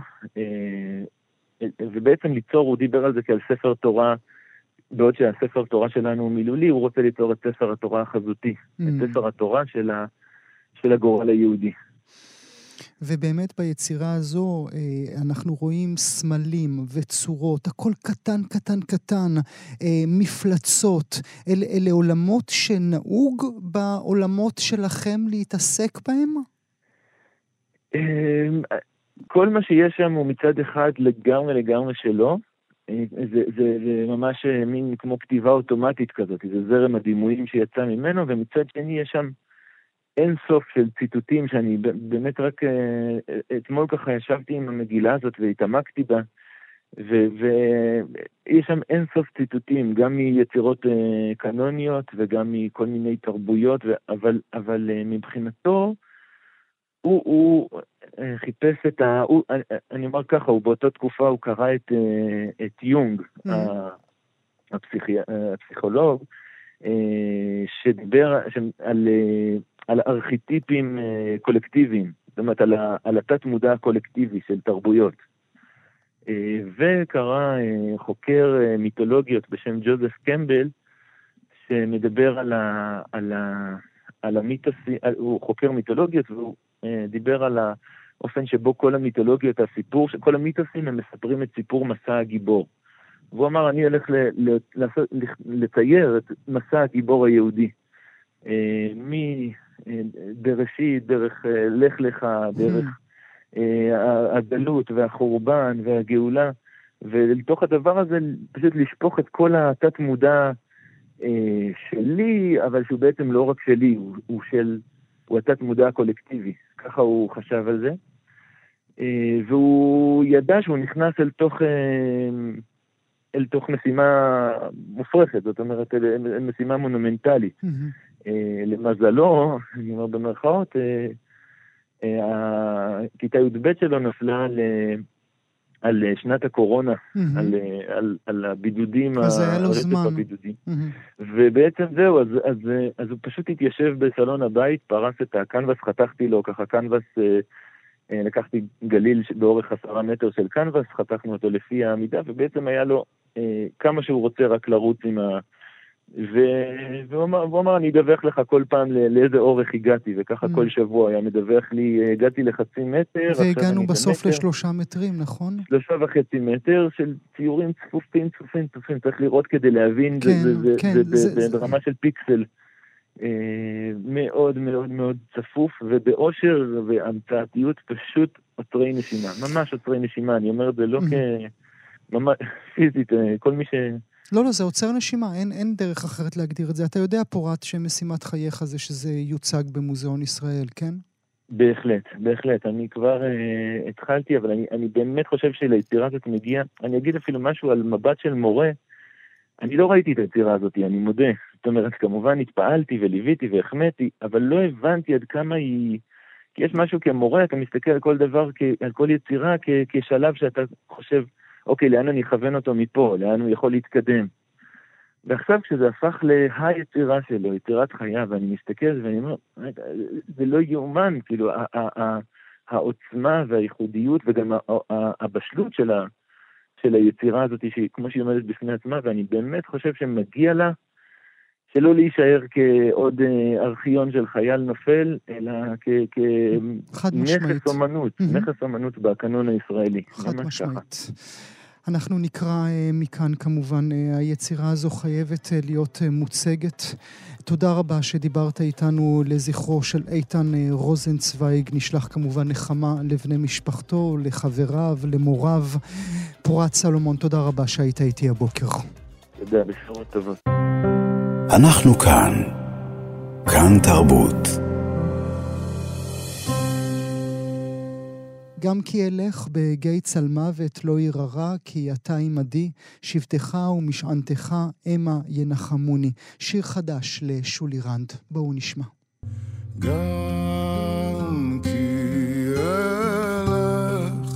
ובעצם ליצור, הוא דיבר על זה כעל ספר תורה, בעוד שהספר תורה שלנו הוא מילולי, הוא רוצה ליצור את ספר התורה החזותי, mm. את ספר התורה של, ה, של הגורל היהודי. ובאמת ביצירה הזו אנחנו רואים סמלים וצורות, הכל קטן, קטן, קטן, מפלצות. אלה, אלה עולמות שנהוג בעולמות שלכם להתעסק בהם? כל מה שיש שם הוא מצד אחד לגמרי לגמרי שלו. זה, זה, זה ממש מין כמו כתיבה אוטומטית כזאת, זה זרם הדימויים שיצא ממנו, ומצד שני יש שם אין סוף של ציטוטים שאני באמת רק אתמול ככה ישבתי עם המגילה הזאת והתעמקתי בה, ויש שם אין סוף ציטוטים, גם מיצירות קנוניות וגם מכל מיני תרבויות, אבל, אבל מבחינתו הוא, הוא חיפש את ה... הוא, אני אומר ככה, הוא באותה תקופה הוא קרא את, את יונג, mm-hmm. הפסיכי, הפסיכולוג, שדיבר על, על ארכיטיפים קולקטיביים, זאת אומרת על, על התת מודע הקולקטיבי של תרבויות. וקרא חוקר מיתולוגיות בשם ג'וזף קמבל, שמדבר על, ה, על, ה, על המיתוסים, הוא חוקר מיתולוגיות והוא דיבר על האופן שבו כל המיתולוגיות, הסיפור, כל המיתוסים הם מספרים את סיפור מסע הגיבור. והוא אמר, אני הולך לצייר את מסע הגיבור היהודי. מבראשית, דרך לך לך, דרך הגלות והחורבן והגאולה, ולתוך הדבר הזה פשוט לשפוך את כל התת מודע שלי, אבל שהוא בעצם לא רק שלי, הוא של, הוא התת מודע הקולקטיבי. ככה הוא חשב על זה. והוא ידע שהוא נכנס אל תוך... אל תוך משימה מופרכת, זאת אומרת, אל משימה מונומנטלית. Mm-hmm. למזלו, אני אומר במרכאות, הכיתה י"ב שלו נפלה על, על שנת הקורונה, mm-hmm. על, על, על הבידודים, אז היה לו זמן. הבידודים. Mm-hmm. ובעצם זהו, אז, אז, אז הוא פשוט התיישב בסלון הבית, פרס את הקנבס, חתכתי לו ככה קנבס, לקחתי גליל באורך עשרה מטר של קנבס, חתכנו אותו לפי העמידה, ובעצם היה לו אה, כמה שהוא רוצה רק לרוץ עם ה... ו... והוא אמר, והוא אמר, אני אדווח לך כל פעם לא, לאיזה אורך הגעתי, וככה mm. כל שבוע היה מדווח לי, הגעתי לחצי מטר. והגענו בסוף לשלושה מטרים, נכון? שלושה וחצי מטר של ציורים צפופים, צפופים, צפופים, צריך לראות כדי להבין, כן, זה, זה, כן, זה, זה, זה, זה, זה ברמה של פיקסל. מאוד מאוד מאוד צפוף, ובאושר והמצאתיות פשוט עוצרי נשימה, ממש עוצרי נשימה, אני אומר את זה לא כממש פיזית, כל מי ש... לא, לא, זה עוצר נשימה, אין, אין דרך אחרת להגדיר את זה. אתה יודע פורט שמשימת חייך זה שזה יוצג במוזיאון ישראל, כן? בהחלט, בהחלט, אני כבר uh, התחלתי, אבל אני, אני באמת חושב שליצירה הזאת מגיע, אני אגיד אפילו משהו על מבט של מורה, אני לא ראיתי את היצירה הזאת, אני מודה. זאת אומרת, כמובן התפעלתי וליוויתי והחמאתי, אבל לא הבנתי עד כמה היא... כי יש משהו כמורה, אתה מסתכל על כל דבר, על כל יצירה, כ... כשלב שאתה חושב, אוקיי, לאן אני אכוון אותו מפה, לאן הוא יכול להתקדם. ועכשיו כשזה הפך להיצירה שלו, יצירת חיה, ואני מסתכל ואני אומר, זה לא יאומן, כאילו, העוצמה והייחודיות וגם הבשלות שלה, של היצירה הזאת, כמו שהיא עומדת בפני עצמה, ואני באמת חושב שמגיע לה, שלא להישאר כעוד ארכיון של חייל נופל, אלא כנכס אומנות, נכס אומנות בקנון הישראלי. חד משמעית. אנחנו נקרא מכאן כמובן, היצירה הזו חייבת להיות מוצגת. תודה רבה שדיברת איתנו לזכרו של איתן רוזנצוויג. נשלח כמובן נחמה לבני משפחתו, לחבריו, למוריו. פורט סלומון, תודה רבה שהיית איתי הבוקר. תודה, בשורות טובות. אנחנו כאן, כאן תרבות. גם כי אלך בגיא צלמוות לא יררה, כי אתה עמדי, שבטך ומשענתך אמה ינחמוני. שיר חדש לשולי רנד, בואו נשמע. גם כי אלך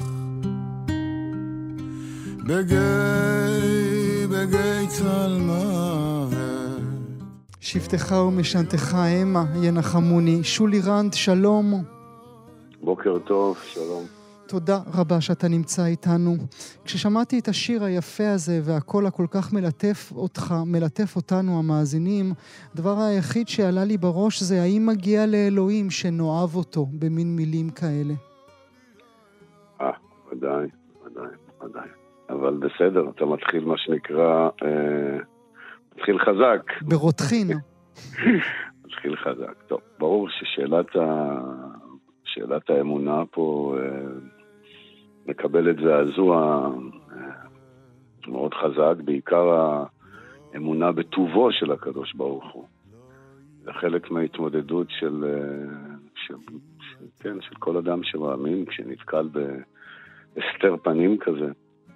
בגיא, בגיא צלמוות. שבטך ומשענתך המה ינחמוני. שולי רנד, שלום. בוקר טוב, שלום. תודה רבה שאתה נמצא איתנו. כששמעתי את השיר היפה הזה והקול הכל כך מלטף אותך, מלטף אותנו המאזינים, הדבר היחיד שעלה לי בראש זה האם מגיע לאלוהים שנואב אותו במין מילים כאלה. אה, ודאי, ודאי, ודאי. אבל בסדר, אתה מתחיל מה שנקרא, אה, מתחיל חזק. ברותחין. מתחיל חזק. טוב, ברור ששאלת ה... שאלת האמונה פה אה, מקבלת זעזוע אה, מאוד חזק, בעיקר האמונה בטובו של הקדוש ברוך הוא. זה חלק מההתמודדות של, אה, של, של, כן, של כל אדם שמאמין, כשנתקל בהסתר פנים כזה.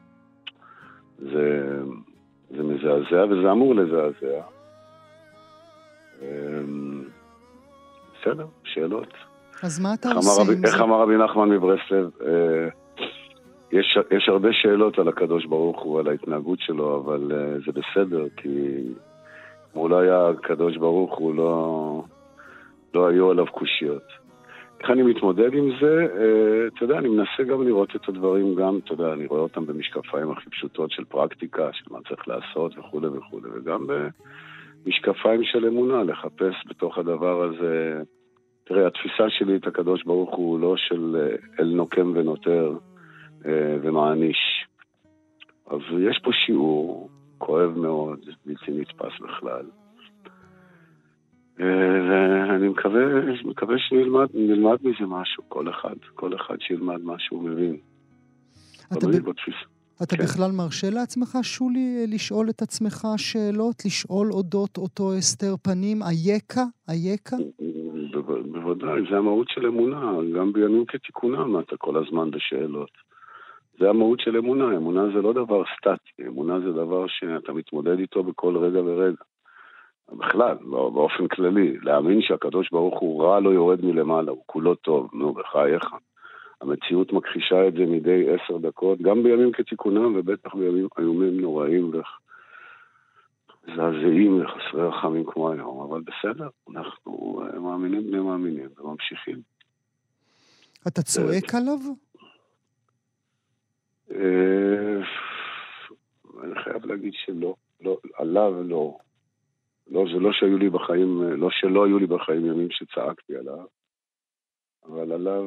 זה, זה מזעזע וזה אמור לזעזע. אה, בסדר, שאלות. אז מה אתה עושה עם זה? איך אמר רבי נחמן מברסלב, יש, יש הרבה שאלות על הקדוש ברוך הוא, על ההתנהגות שלו, אבל זה בסדר, כי אולי הקדוש ברוך הוא לא, לא היו עליו קושיות. איך אני מתמודד עם זה? אתה יודע, אני מנסה גם לראות את הדברים, גם, אתה יודע, אני רואה אותם במשקפיים הכי פשוטות של פרקטיקה, של מה צריך לעשות וכו' וכו', וגם במשקפיים של אמונה, לחפש בתוך הדבר הזה. תראה, התפיסה שלי את הקדוש ברוך הוא לא של אל נוקם ונותר ומעניש. אז יש פה שיעור כואב מאוד, בלתי נתפס בכלל. ואני מקווה, מקווה שנלמד נלמד מזה משהו, כל אחד, כל אחד שילמד מה שהוא מבין. אתה, ב... אתה כן. בכלל מרשה לעצמך, שולי, לשאול את עצמך שאלות, לשאול אודות אותו הסתר פנים, איקה, איקה? בוודאי, זה המהות של אמונה, גם בימים כתיקונם אתה כל הזמן בשאלות. זה המהות של אמונה, אמונה זה לא דבר סטטי, אמונה זה דבר שאתה מתמודד איתו בכל רגע ורגע. בכלל, באופן כללי, להאמין שהקדוש ברוך הוא רע לא יורד מלמעלה, הוא כולו טוב, נו, בחייך. המציאות מכחישה את זה מדי עשר דקות, גם בימים כתיקונם ובטח בימים איומים נוראים וזעזעים וחסרי רחמים כמו היום, אבל בסדר, אנחנו מאמינים בני מאמינים וממשיכים. אתה צועק עליו? אני חייב להגיד שלא, עליו לא. לא, זה לא שהיו לי בחיים, לא שלא היו לי בחיים ימים שצעקתי עליו, אבל עליו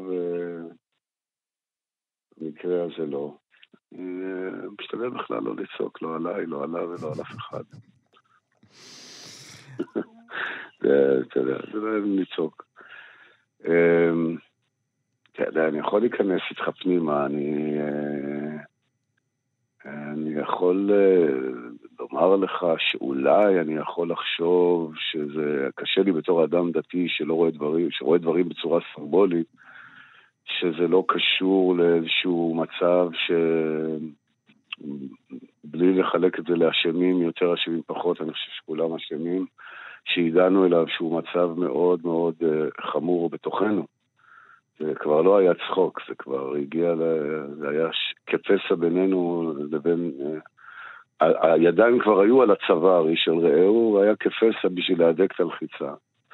במקרה הזה לא. משתדל בכלל לא לצעוק, לא עליי, לא עליו ולא על אף אחד. אתה יודע, זה לא לצעוק. אתה יודע, אני יכול להיכנס איתך פנימה, אני... אני יכול לומר לך שאולי אני יכול לחשוב שזה קשה לי בתור אדם דתי שלא רואה דברים, שרואה דברים בצורה סימבולית, שזה לא קשור לאיזשהו מצב שבלי לחלק את זה לאשמים, יותר אשמים פחות, אני חושב שכולם אשמים, שהגענו אליו שהוא מצב מאוד מאוד חמור בתוכנו. זה כבר לא היה צחוק, זה כבר הגיע, זה היה כפסע בינינו לבין, הידיים כבר היו על הצוואר, איש של רעהו, והיה כפסע בשביל להדק את הלחיצה.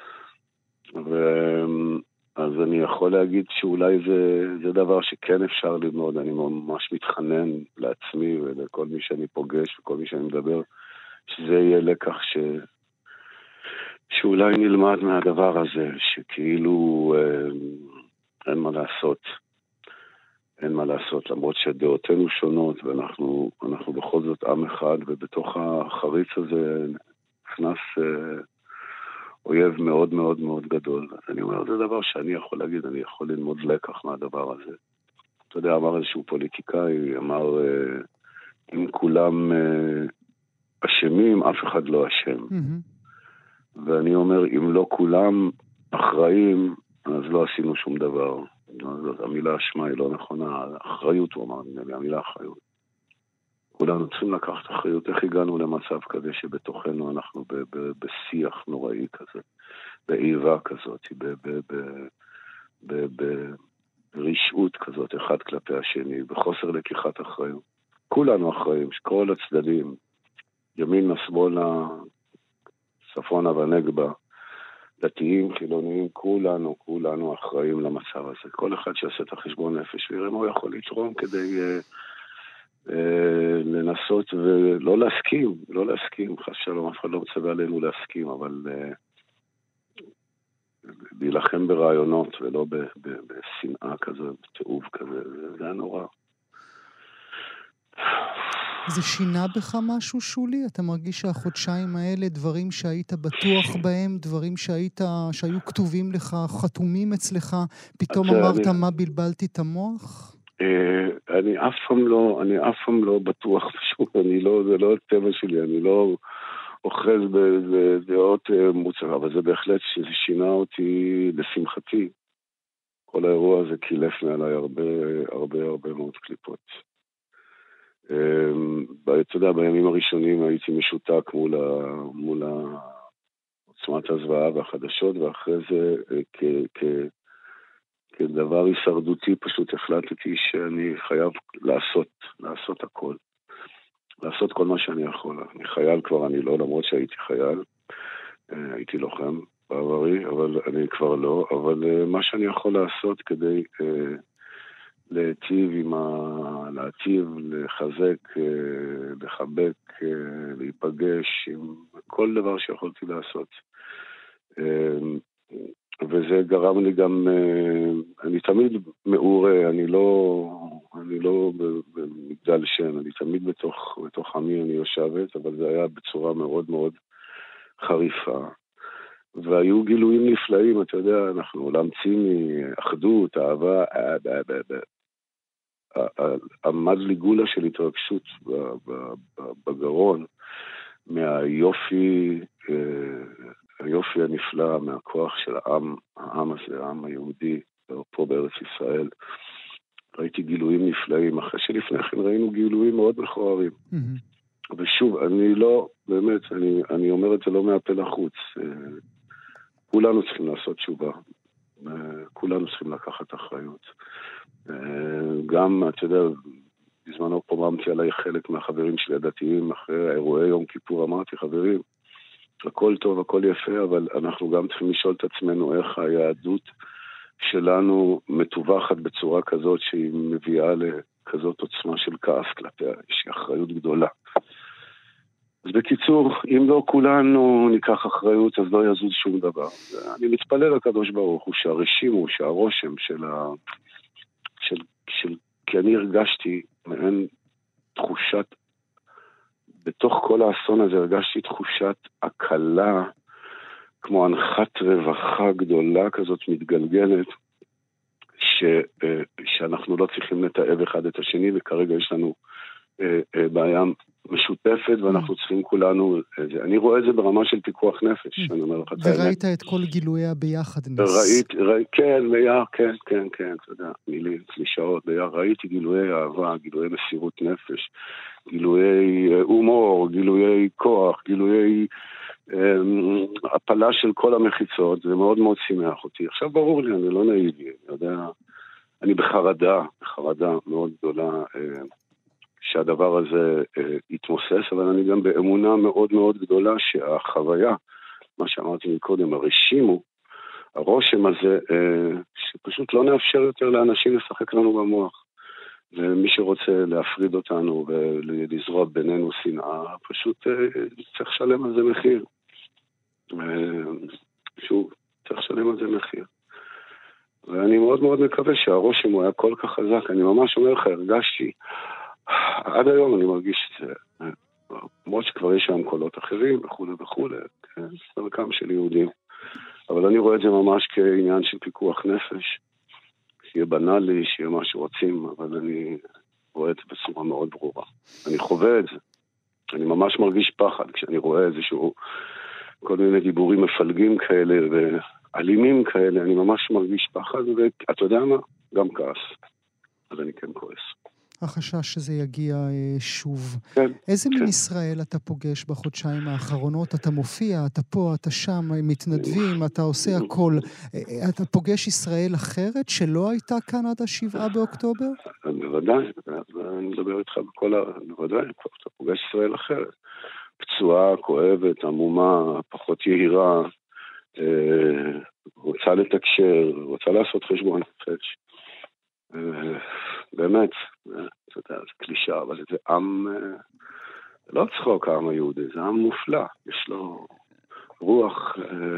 אז אני יכול להגיד שאולי זה, זה דבר שכן אפשר ללמוד, אני ממש מתחנן לעצמי ולכל מי שאני פוגש וכל מי שאני מדבר, שזה יהיה לקח ש... שאולי נלמד מהדבר הזה, שכאילו... אין מה לעשות, אין מה לעשות, למרות שדעותינו שונות, ואנחנו אנחנו בכל זאת עם אחד, ובתוך החריץ הזה נכנס אה, אויב מאוד מאוד מאוד גדול. אז אני אומר, זה דבר שאני יכול להגיד, אני יכול ללמוד לקח מהדבר הזה. אתה יודע, אמר איזשהו פוליטיקאי, אמר, אה, אם כולם אה, אשמים, אף אחד לא אשם. Mm-hmm. ואני אומר, אם לא כולם אחראים, אז לא עשינו שום דבר. המילה אשמה היא לא נכונה. אחריות, הוא אמר, המילה אחריות. כולנו צריכים לקחת אחריות. איך הגענו למצב כזה שבתוכנו אנחנו ב- ב- בשיח נוראי כזה, באיבה כזאת, ברשעות כזאת, אחד כלפי השני, בחוסר לקיחת אחריות. כולנו אחראים, כל הצדדים, ימין, שמאלה, צפונה ונגבה, דתיים, חילוניים, כולנו, כולנו אחראים למצב הזה. כל אחד שיעשה את החשבון נפש, ויראה מה הוא יכול לתרום כדי אה, אה, לנסות ולא להסכים, לא להסכים, חס שלום, אף אחד לא מצווה עלינו להסכים, אבל אה, להילחם ברעיונות ולא ב, ב, בשנאה כזה, בתיעוב כזה, זה היה נורא. זה שינה בך משהו, שולי? אתה מרגיש שהחודשיים האלה, דברים שהיית בטוח בהם, דברים שהיית, שהיו כתובים לך, חתומים אצלך, פתאום אמרת מה בלבלתי את המוח? אני אף פעם לא, אני אף פעם לא בטוח, פשוט, אני לא, זה לא הטבע שלי, אני לא אוחז בדעות מוצרה, אבל זה בהחלט שזה שינה אותי לשמחתי. כל האירוע הזה קילף מעליי הרבה, הרבה, הרבה מאוד קליפות. אתה יודע, בימים הראשונים הייתי משותק מול, ה, מול עוצמת הזוועה והחדשות, ואחרי זה כ, כ, כדבר הישרדותי פשוט החלטתי שאני חייב לעשות, לעשות הכל. לעשות כל מה שאני יכול. אני חייל כבר, אני לא, למרות שהייתי חייל, הייתי לוחם בעברי, אבל אני כבר לא, אבל מה שאני יכול לעשות כדי להיטיב עם ה... להטיב, לחזק, לחבק, להיפגש עם כל דבר שיכולתי לעשות. וזה גרם לי גם, אני תמיד מעורה, אני לא, אני לא במגדל שן, אני תמיד בתוך, בתוך עמי אני יושבת, אבל זה היה בצורה מאוד מאוד חריפה. והיו גילויים נפלאים, אתה יודע, אנחנו עולם ציני, אחדות, אהבה, עמד לי גולה של התרגשות בגרון, מהיופי, היופי הנפלא, מהכוח של העם, העם הזה, העם היהודי, פה בארץ ישראל. ראיתי גילויים נפלאים, אחרי שלפני כן ראינו גילויים מאוד מכוערים. ושוב, אני לא, באמת, אני, אני אומר את זה לא מהפה לחוץ. כולנו צריכים לעשות תשובה. כולנו צריכים לקחת אחריות. גם, אתה יודע, בזמנו פוממתי עליי חלק מהחברים שלי הדתיים, אחרי האירועי יום כיפור אמרתי, חברים, הכל טוב, הכל יפה, אבל אנחנו גם צריכים לשאול את עצמנו איך היהדות שלנו מטווחת בצורה כזאת שהיא מביאה לכזאת עוצמה של כעס כלפיה, יש אחריות גדולה. אז בקיצור, אם לא כולנו ניקח אחריות, אז לא יזוז שום דבר. אני מתפלל לקדוש ברוך הוא שהרשימו, הוא שהרושם של ה... של... של... כי אני הרגשתי מעין תחושת, בתוך כל האסון הזה הרגשתי תחושת הקלה, כמו הנחת רווחה גדולה כזאת מתגלגלת, ש... שאנחנו לא צריכים לתאב אחד את השני, וכרגע יש לנו בעיה משותפת, ואנחנו צריכים כולנו, אני רואה את זה ברמה של פיקוח נפש, אני אומר לך. וראית את כל גילוייה ביחד נס. ראית, ראית, כן, ביחד, כן, כן, כן, אתה יודע, מילים, קלישאות, ביחד, ראיתי גילויי אהבה, גילויי מסירות נפש, גילויי הומור, גילויי כוח, גילויי הפלה של כל המחיצות, זה מאוד מאוד שימח אותי. עכשיו ברור לי, אני לא נאיבי, אני יודע, אני בחרדה, בחרדה מאוד גדולה, שהדבר הזה אה, יתמוסס, אבל אני גם באמונה מאוד מאוד גדולה שהחוויה, מה שאמרתי מקודם, הרשימו, הרושם הזה, אה, שפשוט לא נאפשר יותר לאנשים לשחק לנו במוח. ומי שרוצה להפריד אותנו ולזרוע בינינו שנאה, פשוט אה, צריך לשלם על זה מחיר. אה, שוב, צריך לשלם על זה מחיר. ואני מאוד מאוד מקווה שהרושם הוא היה כל כך חזק. אני ממש אומר לך, הרגשתי, עד היום אני מרגיש את זה, למרות שכבר יש שם קולות אחרים וכו' וכו', כן, זה רקם של יהודים. אבל אני רואה את זה ממש כעניין של פיקוח נפש, שיהיה בנאלי, שיהיה מה שרוצים, אבל אני רואה את זה בצורה מאוד ברורה. אני חווה את זה. אני ממש מרגיש פחד כשאני רואה איזשהו, כל מיני דיבורים מפלגים כאלה ואלימים כאלה, אני ממש מרגיש פחד, ואתה יודע מה? גם כעס. אז אני כן כועס. החשש שזה יגיע שוב. כן, איזה כן. מין ישראל אתה פוגש בחודשיים האחרונות? אתה מופיע, אתה פה, אתה שם, מתנדבים, אתה עושה הכל. אתה פוגש ישראל אחרת שלא הייתה כאן עד השבעה באוקטובר? בוודאי, אני מדבר איתך בכל ה... בוודאי, אתה פוגש ישראל אחרת. פצועה, כואבת, עמומה, פחות יהירה, רוצה לתקשר, רוצה לעשות חשבון נפש. באמת, אתה יודע, זה קלישה, אבל זה עם, זה לא צחוק העם היהודי, זה עם מופלא, יש לו רוח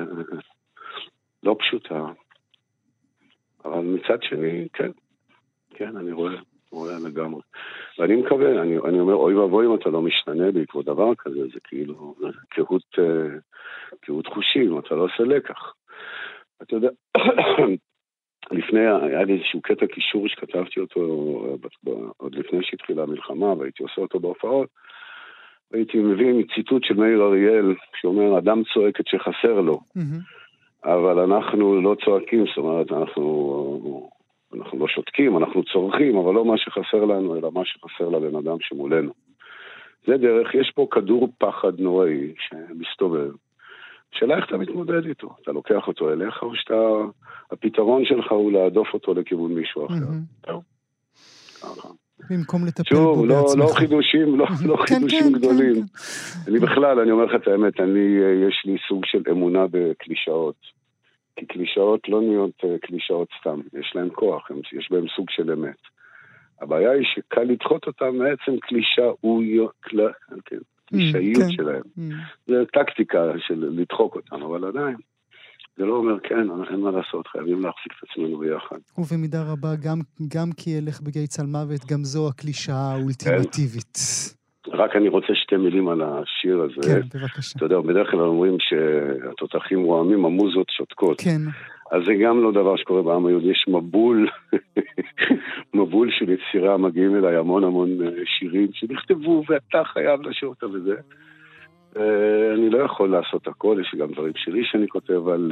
לא פשוטה, אבל מצד שני, כן, כן, אני רואה, רואה לגמרי. ואני מקווה, אני, אני אומר, אוי ואבוי אם אתה לא משתנה בעקבות דבר כזה, זה כאילו, קהות, קהות חושים, אתה לא עושה לקח. אתה יודע, לפני, היה לי איזשהו קטע קישור שכתבתי אותו עוד לפני שהתחילה המלחמה, והייתי עושה אותו בהופעות, והייתי מביא ציטוט של מאיר אריאל, שאומר, אדם צועק את שחסר לו, אבל אנחנו לא צועקים, זאת אומרת, אנחנו, אנחנו לא שותקים, אנחנו צורכים, אבל לא מה שחסר לנו, אלא מה שחסר לבן אדם שמולנו. זה דרך, יש פה כדור פחד נוראי שמסתובב, שאלה איך אתה מתמודד איתו, אתה לוקח אותו אליך, או שאתה, הפתרון שלך הוא להדוף אותו לכיוון מישהו אחר. זהו. ככה. במקום לטפל בו בעצמך. שוב, לא חידושים, לא חידושים גדולים. אני בכלל, אני אומר לך את האמת, אני, יש לי סוג של אמונה בקלישאות. כי קלישאות לא נהיות קלישאות סתם, יש להם כוח, יש בהם סוג של אמת. הבעיה היא שקל לדחות אותם מעצם קלישה, הוא קלישאיות שלהם. זה טקטיקה של לדחוק אותם, אבל עדיין. זה לא אומר, כן, אין מה לעשות, חייבים להחזיק את עצמנו ביחד. ובמידה רבה, גם, גם כי ילך בגיא צל מוות, גם זו הקלישאה האולטימטיבית. רק אני רוצה שתי מילים על השיר הזה. כן, בבקשה. אתה יודע, בדרך כלל אומרים שהתותחים רועמים, המוזות שותקות. כן. אז זה גם לא דבר שקורה בעם היהודי, יש מבול, מבול של יצירה, מגיעים אליי המון המון שירים שנכתבו, ואתה חייב לשיר אותה וזה. אני לא יכול לעשות הכל, יש גם דברים שלי שאני כותב על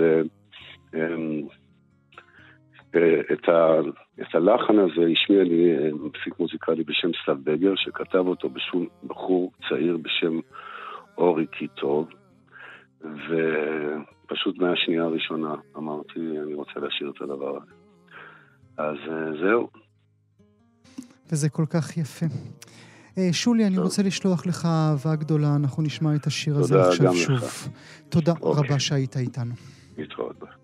את, ה, את הלחן הזה השמיע לי מפיק מוזיקלי בשם סתיו בגר, שכתב אותו בשום בחור צעיר בשם אורי קיטוב, ופשוט מהשנייה הראשונה אמרתי, אני רוצה להשאיר את הדבר הזה. אז זהו. וזה כל כך יפה. שולי, אני רוצה לשלוח לך אהבה גדולה, אנחנו נשמע את השיר הזה עכשיו שוב. תודה רבה שהיית איתנו. להתראות בה.